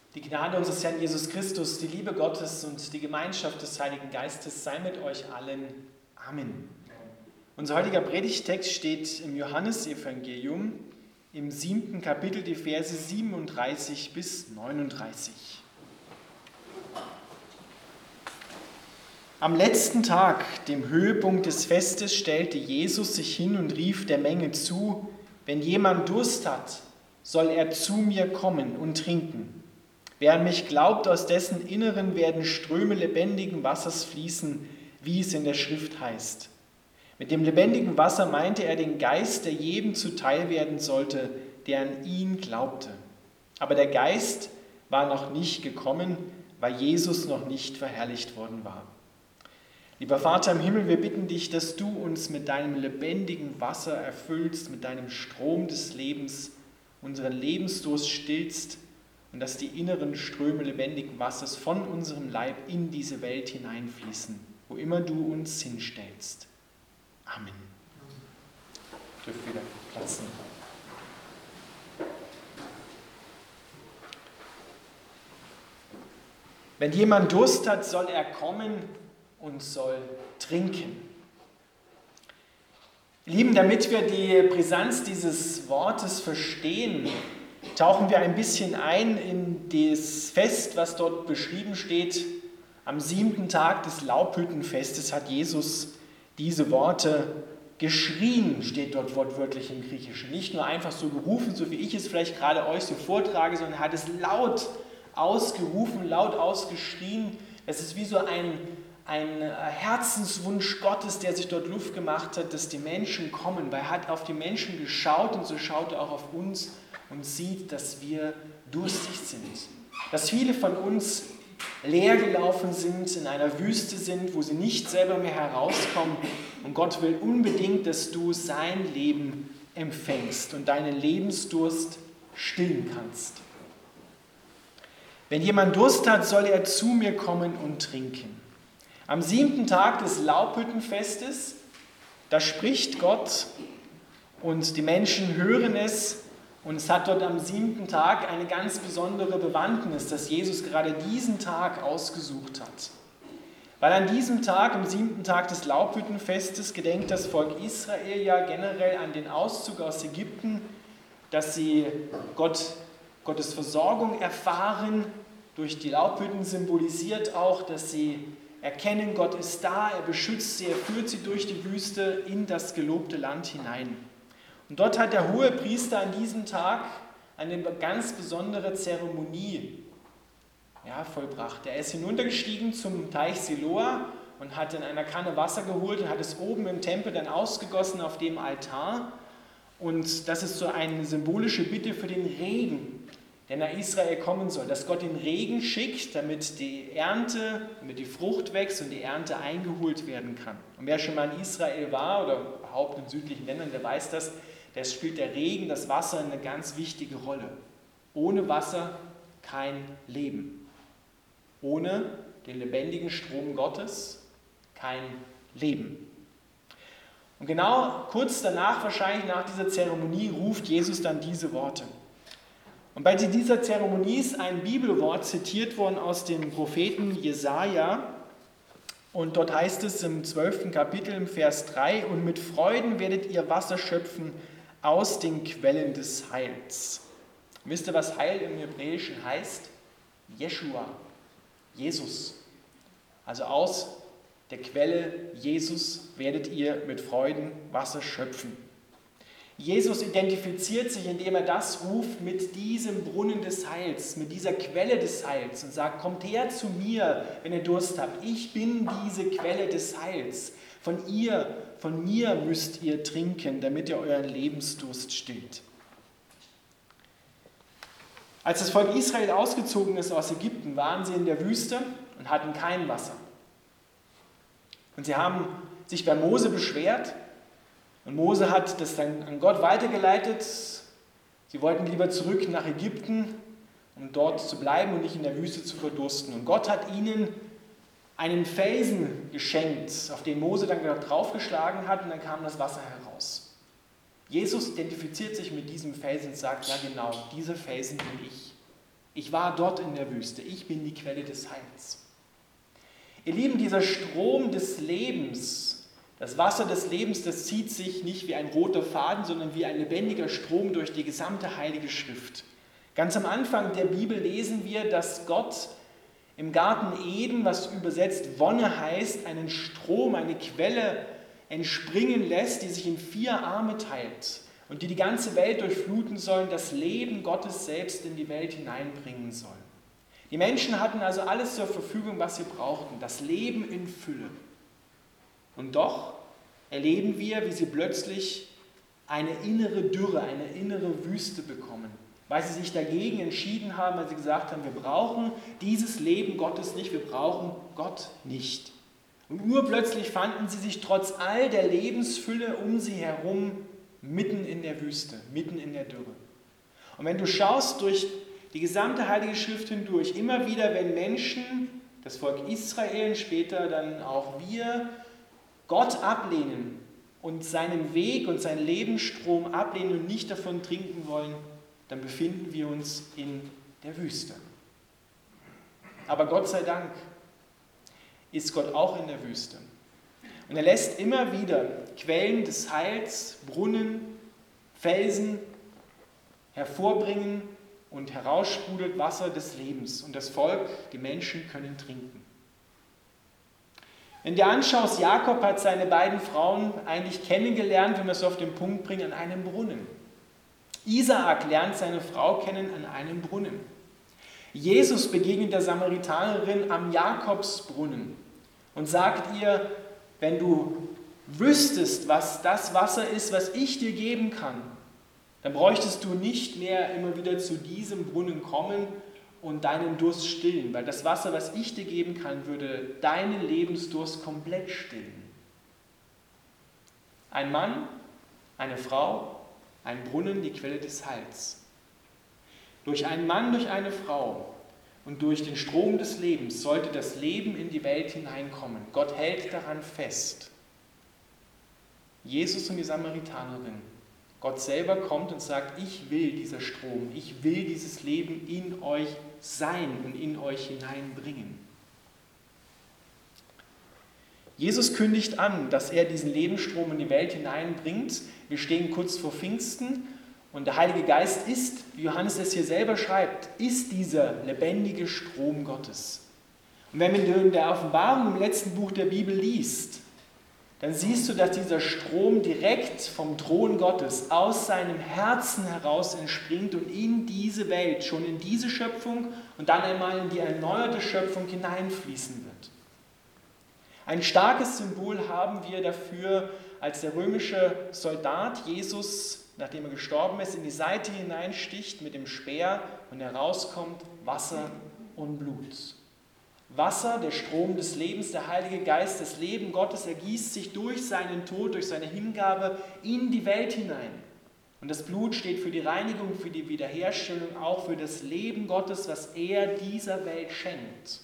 Die Gnade unseres Herrn Jesus Christus, die Liebe Gottes und die Gemeinschaft des Heiligen Geistes sei mit euch allen. Amen. Unser heutiger Predigttext steht im Johannesevangelium im 7. Kapitel, die Verse 37 bis 39. Am letzten Tag, dem Höhepunkt des Festes, stellte Jesus sich hin und rief der Menge zu: Wenn jemand Durst hat, soll er zu mir kommen und trinken. Wer an mich glaubt, aus dessen Inneren werden Ströme lebendigen Wassers fließen, wie es in der Schrift heißt. Mit dem lebendigen Wasser meinte er den Geist, der jedem zuteil werden sollte, der an ihn glaubte. Aber der Geist war noch nicht gekommen, weil Jesus noch nicht verherrlicht worden war. Lieber Vater im Himmel, wir bitten dich, dass du uns mit deinem lebendigen Wasser erfüllst, mit deinem Strom des Lebens, unseren Lebensdurst stillst und dass die inneren Ströme lebendigen Wassers von unserem Leib in diese Welt hineinfließen, wo immer du uns hinstellst. Amen. Dürft wieder Platz nehmen. Wenn jemand Durst hat, soll er kommen und soll trinken. Lieben, damit wir die Brisanz dieses Wortes verstehen, tauchen wir ein bisschen ein in das Fest, was dort beschrieben steht. Am 7. Tag des Laubhüttenfestes hat Jesus diese Worte geschrien, steht dort wortwörtlich im Griechischen. Nicht nur einfach so gerufen, so wie ich es vielleicht gerade euch so vortrage, sondern er hat es laut ausgerufen, laut ausgeschrien. Es ist wie so ein Herzenswunsch Gottes, der sich dort Luft gemacht hat, dass die Menschen kommen, weil er hat auf die Menschen geschaut und so schaut er auch auf uns und sieht, dass wir durstig sind. Dass viele von uns leer gelaufen sind, in einer Wüste sind, wo sie nicht selber mehr herauskommen. Und Gott will unbedingt, dass du sein Leben empfängst und deinen Lebensdurst stillen kannst. Wenn jemand Durst hat, soll er zu mir kommen und trinken. Am 7. Tag des Laubhüttenfestes, da spricht Gott und die Menschen hören es. Und es hat dort am 7. Tag eine ganz besondere Bewandtnis, dass Jesus gerade diesen Tag ausgesucht hat. Weil an diesem Tag, am 7. Tag des Laubhüttenfestes, gedenkt das Volk Israel ja generell an den Auszug aus Ägypten, dass sie Gottes Versorgung erfahren, durch die Laubhütten symbolisiert auch, dass sie erkennen, Gott ist da, er beschützt sie, er führt sie durch die Wüste in das gelobte Land hinein. Und dort hat der Hohepriester an diesem Tag eine ganz besondere Zeremonie vollbracht. Er ist hinuntergestiegen zum Teich Siloa und hat in einer Kanne Wasser geholt und hat es oben im Tempel dann ausgegossen auf dem Altar. Und das ist so eine symbolische Bitte für den Regen, der nach Israel kommen soll, dass Gott den Regen schickt, damit die Frucht wächst und die Ernte eingeholt werden kann. Und wer schon mal in Israel war oder überhaupt in südlichen Ländern, der weiß das, da spielt der Regen, das Wasser eine ganz wichtige Rolle. Ohne Wasser kein Leben. Ohne den lebendigen Strom Gottes kein Leben. Und genau kurz danach, wahrscheinlich nach dieser Zeremonie, ruft Jesus dann diese Worte. Und bei dieser Zeremonie ist ein Bibelwort zitiert worden aus dem Propheten Jesaja. Und dort heißt es im 12. Kapitel, im Vers 3, und mit Freuden werdet ihr Wasser schöpfen aus den Quellen des Heils. Wisst ihr, was Heil im Hebräischen heißt? Jeschua, Jesus. Also aus der Quelle Jesus werdet ihr mit Freuden Wasser schöpfen. Jesus identifiziert sich, indem er das ruft, mit diesem Brunnen des Heils, mit dieser Quelle des Heils und sagt, kommt her zu mir, wenn ihr Durst habt. Ich bin diese Quelle des Heils. Von mir müsst ihr trinken, damit ihr euren Lebensdurst stillt. Als das Volk Israel ausgezogen ist aus Ägypten, waren sie in der Wüste und hatten kein Wasser. Und sie haben sich bei Mose beschwert. Und Mose hat das dann an Gott weitergeleitet. Sie wollten lieber zurück nach Ägypten, um dort zu bleiben und nicht in der Wüste zu verdursten. Und Gott hat ihnen einen Felsen geschenkt, auf den Mose dann draufgeschlagen hat, und dann kam das Wasser heraus. Jesus identifiziert sich mit diesem Felsen und sagt, ja genau, dieser Felsen bin ich. Ich war dort in der Wüste. Ich bin die Quelle des Heils. Ihr Lieben, dieser Strom des Lebens, das Wasser des Lebens, das zieht sich nicht wie ein roter Faden, sondern wie ein lebendiger Strom durch die gesamte Heilige Schrift. Ganz am Anfang der Bibel lesen wir, dass Gott im Garten Eden, was übersetzt Wonne heißt, einen Strom, eine Quelle entspringen lässt, die sich in 4 Arme teilt und die die ganze Welt durchfluten sollen, das Leben Gottes selbst in die Welt hineinbringen sollen. Die Menschen hatten also alles zur Verfügung, was sie brauchten, das Leben in Fülle. Und doch erleben wir, wie sie plötzlich eine innere Dürre, eine innere Wüste bekommen, weil sie sich dagegen entschieden haben, weil sie gesagt haben, wir brauchen dieses Leben Gottes nicht, wir brauchen Gott nicht. Und urplötzlich fanden sie sich trotz all der Lebensfülle um sie herum mitten in der Wüste, mitten in der Dürre. Und wenn du schaust durch die gesamte Heilige Schrift hindurch, immer wieder, wenn Menschen, das Volk Israel, später dann auch wir, Gott ablehnen und seinen Weg und seinen Lebensstrom ablehnen und nicht davon trinken wollen, dann befinden wir uns in der Wüste. Aber Gott sei Dank ist Gott auch in der Wüste. Und er lässt immer wieder Quellen des Heils, Brunnen, Felsen hervorbringen und heraussprudelt Wasser des Lebens. Und das Volk, die Menschen können trinken. Wenn du anschaust, Jakob hat seine beiden Frauen eigentlich kennengelernt, wenn wir es auf den Punkt bringen, an einem Brunnen. Isaak lernt seine Frau kennen an einem Brunnen. Jesus begegnet der Samaritanerin am Jakobsbrunnen und sagt ihr, wenn du wüsstest, was das Wasser ist, was ich dir geben kann, dann bräuchtest du nicht mehr immer wieder zu diesem Brunnen kommen und deinen Durst stillen, weil das Wasser, was ich dir geben kann, würde deinen Lebensdurst komplett stillen. Ein Mann, eine Frau, ein Brunnen, die Quelle des Heils. Durch einen Mann, durch eine Frau und durch den Strom des Lebens sollte das Leben in die Welt hineinkommen. Gott hält daran fest. Jesus und die Samaritanerin. Gott selber kommt und sagt, ich will dieser Strom, ich will dieses Leben in euch sein und in euch hineinbringen. Jesus kündigt an, dass er diesen Lebensstrom in die Welt hineinbringt. Wir stehen kurz vor Pfingsten und der Heilige Geist ist, wie Johannes es hier selber schreibt, ist dieser lebendige Strom Gottes. Und wenn du in der Offenbarung im letzten Buch der Bibel liest, dann siehst du, dass dieser Strom direkt vom Thron Gottes aus seinem Herzen heraus entspringt und in diese Welt, schon in diese Schöpfung und dann einmal in die erneuerte Schöpfung hineinfließen wird. Ein starkes Symbol haben wir dafür, als der römische Soldat Jesus, nachdem er gestorben ist, in die Seite hineinsticht mit dem Speer und herauskommt Wasser und Blut. Wasser, der Strom des Lebens, der Heilige Geist, das Leben Gottes ergießt sich durch seinen Tod, durch seine Hingabe in die Welt hinein. Und das Blut steht für die Reinigung, für die Wiederherstellung, auch für das Leben Gottes, was er dieser Welt schenkt.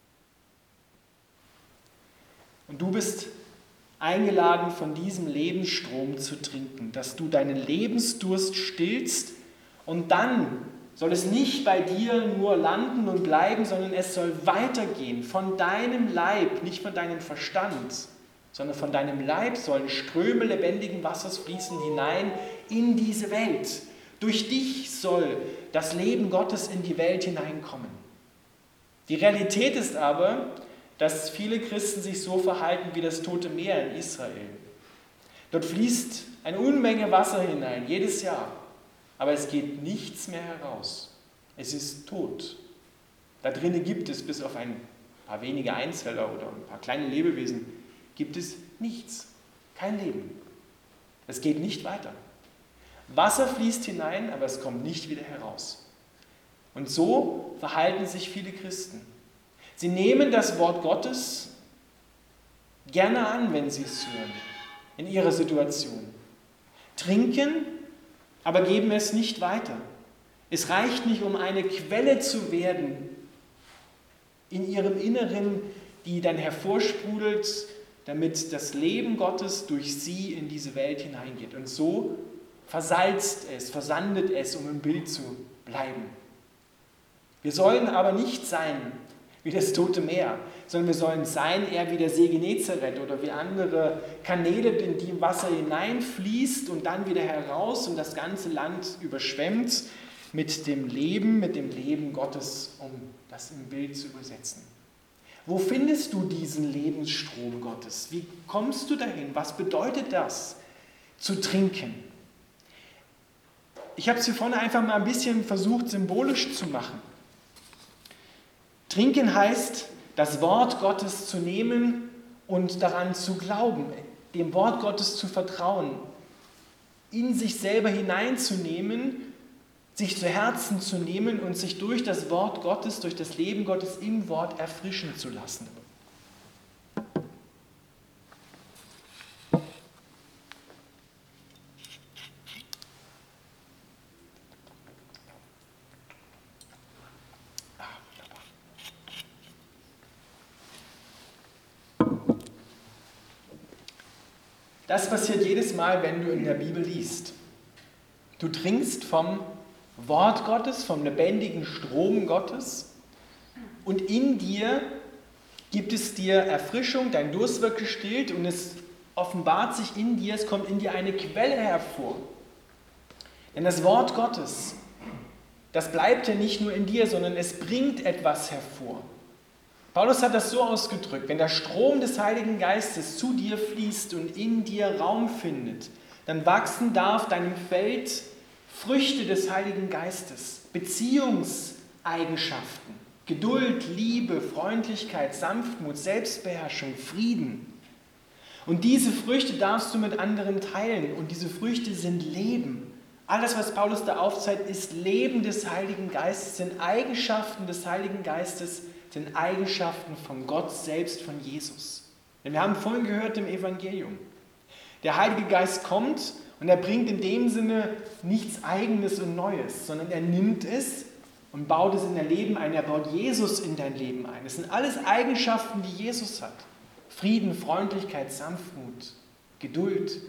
Und du bist eingeladen, von diesem Lebensstrom zu trinken, dass du deinen Lebensdurst stillst und dann soll es nicht bei dir nur landen und bleiben, sondern es soll weitergehen von deinem Leib, nicht von deinem Verstand, sondern von deinem Leib sollen Ströme lebendigen Wassers fließen hinein in diese Welt. Durch dich soll das Leben Gottes in die Welt hineinkommen. Die Realität ist aber, dass viele Christen sich so verhalten wie das Tote Meer in Israel. Dort fließt eine Unmenge Wasser hinein, jedes Jahr. Aber es geht nichts mehr heraus. Es ist tot. Da drinnen gibt es, bis auf ein paar wenige Einzeller oder ein paar kleine Lebewesen, gibt es nichts. Kein Leben. Es geht nicht weiter. Wasser fließt hinein, aber es kommt nicht wieder heraus. Und so verhalten sich viele Christen. Sie nehmen das Wort Gottes gerne an, wenn sie es hören, in ihrer Situation. Trinken, aber geben es nicht weiter. Es reicht nicht, um eine Quelle zu werden in ihrem Inneren, die dann hervorsprudelt, damit das Leben Gottes durch sie in diese Welt hineingeht. Und so versalzt es, versandet es, um im Bild zu bleiben. Wir sollen aber nicht sein wie das Tote Meer, sondern wir sollen sein eher wie der See Genezareth oder wie andere Kanäle, in die Wasser hineinfließt und dann wieder heraus und das ganze Land überschwemmt mit dem Leben Gottes, um das im Bild zu übersetzen. Wo findest du diesen Lebensstrom Gottes? Wie kommst du dahin? Was bedeutet das, zu trinken? Ich habe es hier vorne einfach mal ein bisschen versucht, symbolisch zu machen. Trinken heißt, das Wort Gottes zu nehmen und daran zu glauben, dem Wort Gottes zu vertrauen, in sich selber hineinzunehmen, sich zu Herzen zu nehmen und sich durch das Wort Gottes, durch das Leben Gottes im Wort erfrischen zu lassen. Das passiert jedes Mal, wenn du in der Bibel liest. Du trinkst vom Wort Gottes, vom lebendigen Strom Gottes und in dir gibt es dir Erfrischung, dein Durst wird gestillt und es offenbart sich in dir, es kommt in dir eine Quelle hervor. Denn das Wort Gottes, das bleibt ja nicht nur in dir, sondern es bringt etwas hervor. Paulus hat das so ausgedrückt, wenn der Strom des Heiligen Geistes zu dir fließt und in dir Raum findet, dann wachsen darf deinem Feld Früchte des Heiligen Geistes, Beziehungseigenschaften, Geduld, Liebe, Freundlichkeit, Sanftmut, Selbstbeherrschung, Frieden. Und diese Früchte darfst du mit anderen teilen und diese Früchte sind Leben. Alles, was Paulus da aufzeigt, ist Leben des Heiligen Geistes, sind Eigenschaften des Heiligen Geistes, sind Eigenschaften von Gott selbst, von Jesus. Denn wir haben vorhin gehört im Evangelium, der Heilige Geist kommt und er bringt in dem Sinne nichts Eigenes und Neues, sondern er nimmt es und baut es in dein Leben ein, er baut Jesus in dein Leben ein. Das sind alles Eigenschaften, die Jesus hat. Frieden, Freundlichkeit, Sanftmut, Geduld,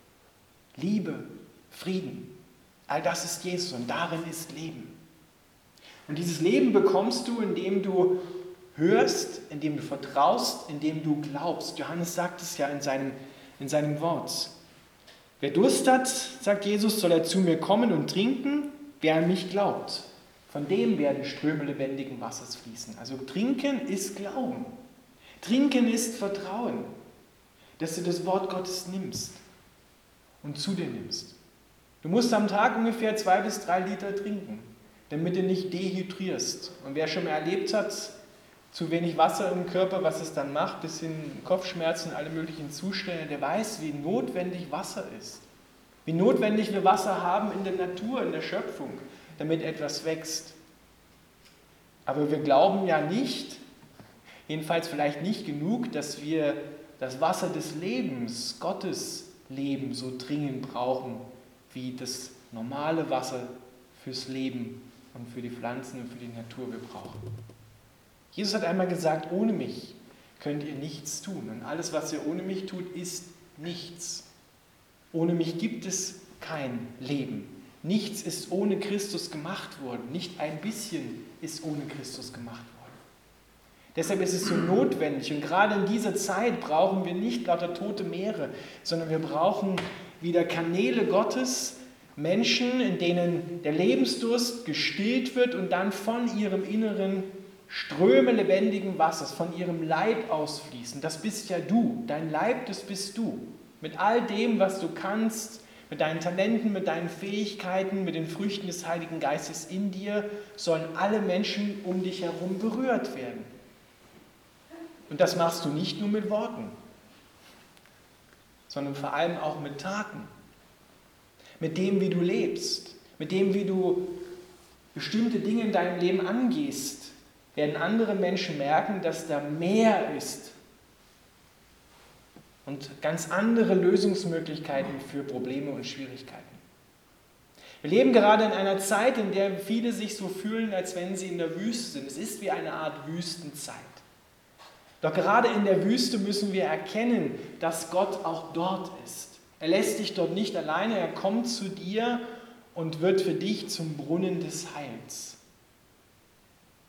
Liebe, Frieden. All das ist Jesus und darin ist Leben. Und dieses Leben bekommst du, indem du hörst, indem du vertraust, indem du glaubst. Johannes sagt es ja in seinem Wort. Wer Durst hat, sagt Jesus, soll er zu mir kommen und trinken. Wer an mich glaubt, von dem werden Ströme lebendigen Wassers fließen. Also trinken ist Glauben. Trinken ist Vertrauen, dass du das Wort Gottes nimmst und zu dir nimmst. Du musst am Tag ungefähr 2 bis 3 Liter trinken, damit du nicht dehydrierst. Und wer schon mal erlebt hat, zu wenig Wasser im Körper, was es dann macht, bis hin Kopfschmerzen, alle möglichen Zustände, der weiß, wie notwendig Wasser ist. Wie notwendig wir Wasser haben in der Natur, in der Schöpfung, damit etwas wächst. Aber wir glauben ja nicht, jedenfalls vielleicht nicht genug, dass wir das Wasser des Lebens, Gottes Leben, so dringend brauchen, wie das normale Wasser fürs Leben und für die Pflanzen und für die Natur wir brauchen. Jesus hat einmal gesagt, ohne mich könnt ihr nichts tun. Und alles, was ihr ohne mich tut, ist nichts. Ohne mich gibt es kein Leben. Nichts ist ohne Christus gemacht worden. Nicht ein bisschen ist ohne Christus gemacht worden. Deshalb ist es so notwendig. Und gerade in dieser Zeit brauchen wir nicht lauter tote Meere, sondern wir brauchen wieder Kanäle Gottes, Menschen, in denen der Lebensdurst gestillt wird und dann von ihrem Inneren Ströme lebendigen Wassers, von ihrem Leib ausfließen. Das bist ja du. Dein Leib, das bist du. Mit all dem, was du kannst, mit deinen Talenten, mit deinen Fähigkeiten, mit den Früchten des Heiligen Geistes in dir, sollen alle Menschen um dich herum berührt werden. Und das machst du nicht nur mit Worten, sondern vor allem auch mit Taten. Mit dem, wie du lebst, mit dem, wie du bestimmte Dinge in deinem Leben angehst, werden andere Menschen merken, dass da mehr ist und ganz andere Lösungsmöglichkeiten für Probleme und Schwierigkeiten. Wir leben gerade in einer Zeit, in der viele sich so fühlen, als wenn sie in der Wüste sind. Es ist wie eine Art Wüstenzeit. Doch gerade in der Wüste müssen wir erkennen, dass Gott auch dort ist. Er lässt dich dort nicht alleine, er kommt zu dir und wird für dich zum Brunnen des Heils.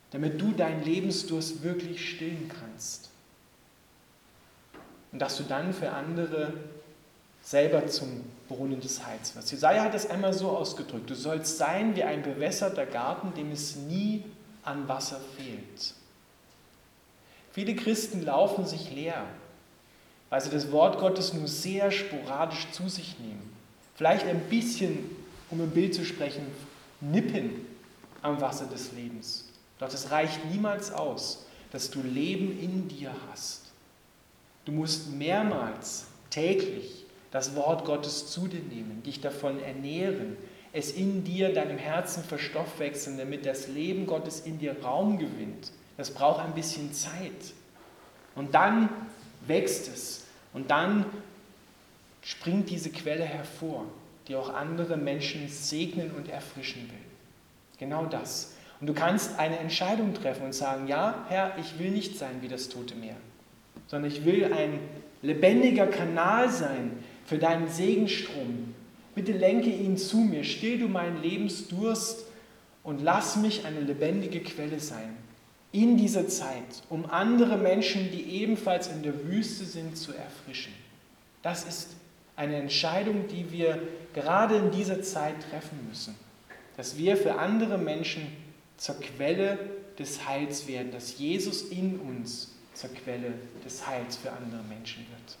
damit du deinen Lebensdurst wirklich stillen kannst. Und dass du dann für andere selber zum Brunnen des Heils wirst. Jesaja hat es einmal so ausgedrückt: Du sollst sein wie ein bewässerter Garten, dem es nie an Wasser fehlt. Viele Christen laufen sich leer, weil sie das Wort Gottes nur sehr sporadisch zu sich nehmen. Vielleicht ein bisschen, um im Bild zu sprechen, nippen am Wasser des Lebens. Doch das reicht niemals aus, dass du Leben in dir hast. Du musst mehrmals täglich das Wort Gottes zu dir nehmen, dich davon ernähren, es in dir, deinem Herzen verstoffwechseln, damit das Leben Gottes in dir Raum gewinnt. Das braucht ein bisschen Zeit. Und dann wächst es. Und dann springt diese Quelle hervor, die auch andere Menschen segnen und erfrischen will. Genau das. Und du kannst eine Entscheidung treffen und sagen: Ja, Herr, ich will nicht sein wie das Tote Meer, sondern ich will ein lebendiger Kanal sein für deinen Segenstrom. Bitte lenke ihn zu mir, still du meinen Lebensdurst und lass mich eine lebendige Quelle sein in dieser Zeit, um andere Menschen, die ebenfalls in der Wüste sind, zu erfrischen. Das ist eine Entscheidung, die wir gerade in dieser Zeit treffen müssen, dass wir für andere Menschen zur Quelle des Heils werden, dass Jesus in uns zur Quelle des Heils für andere Menschen wird.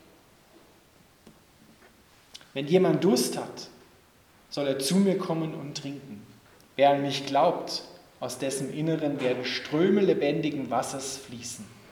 Wenn jemand Durst hat, soll er zu mir kommen und trinken. Wer an mich glaubt, aus dessen Inneren werden Ströme lebendigen Wassers fließen.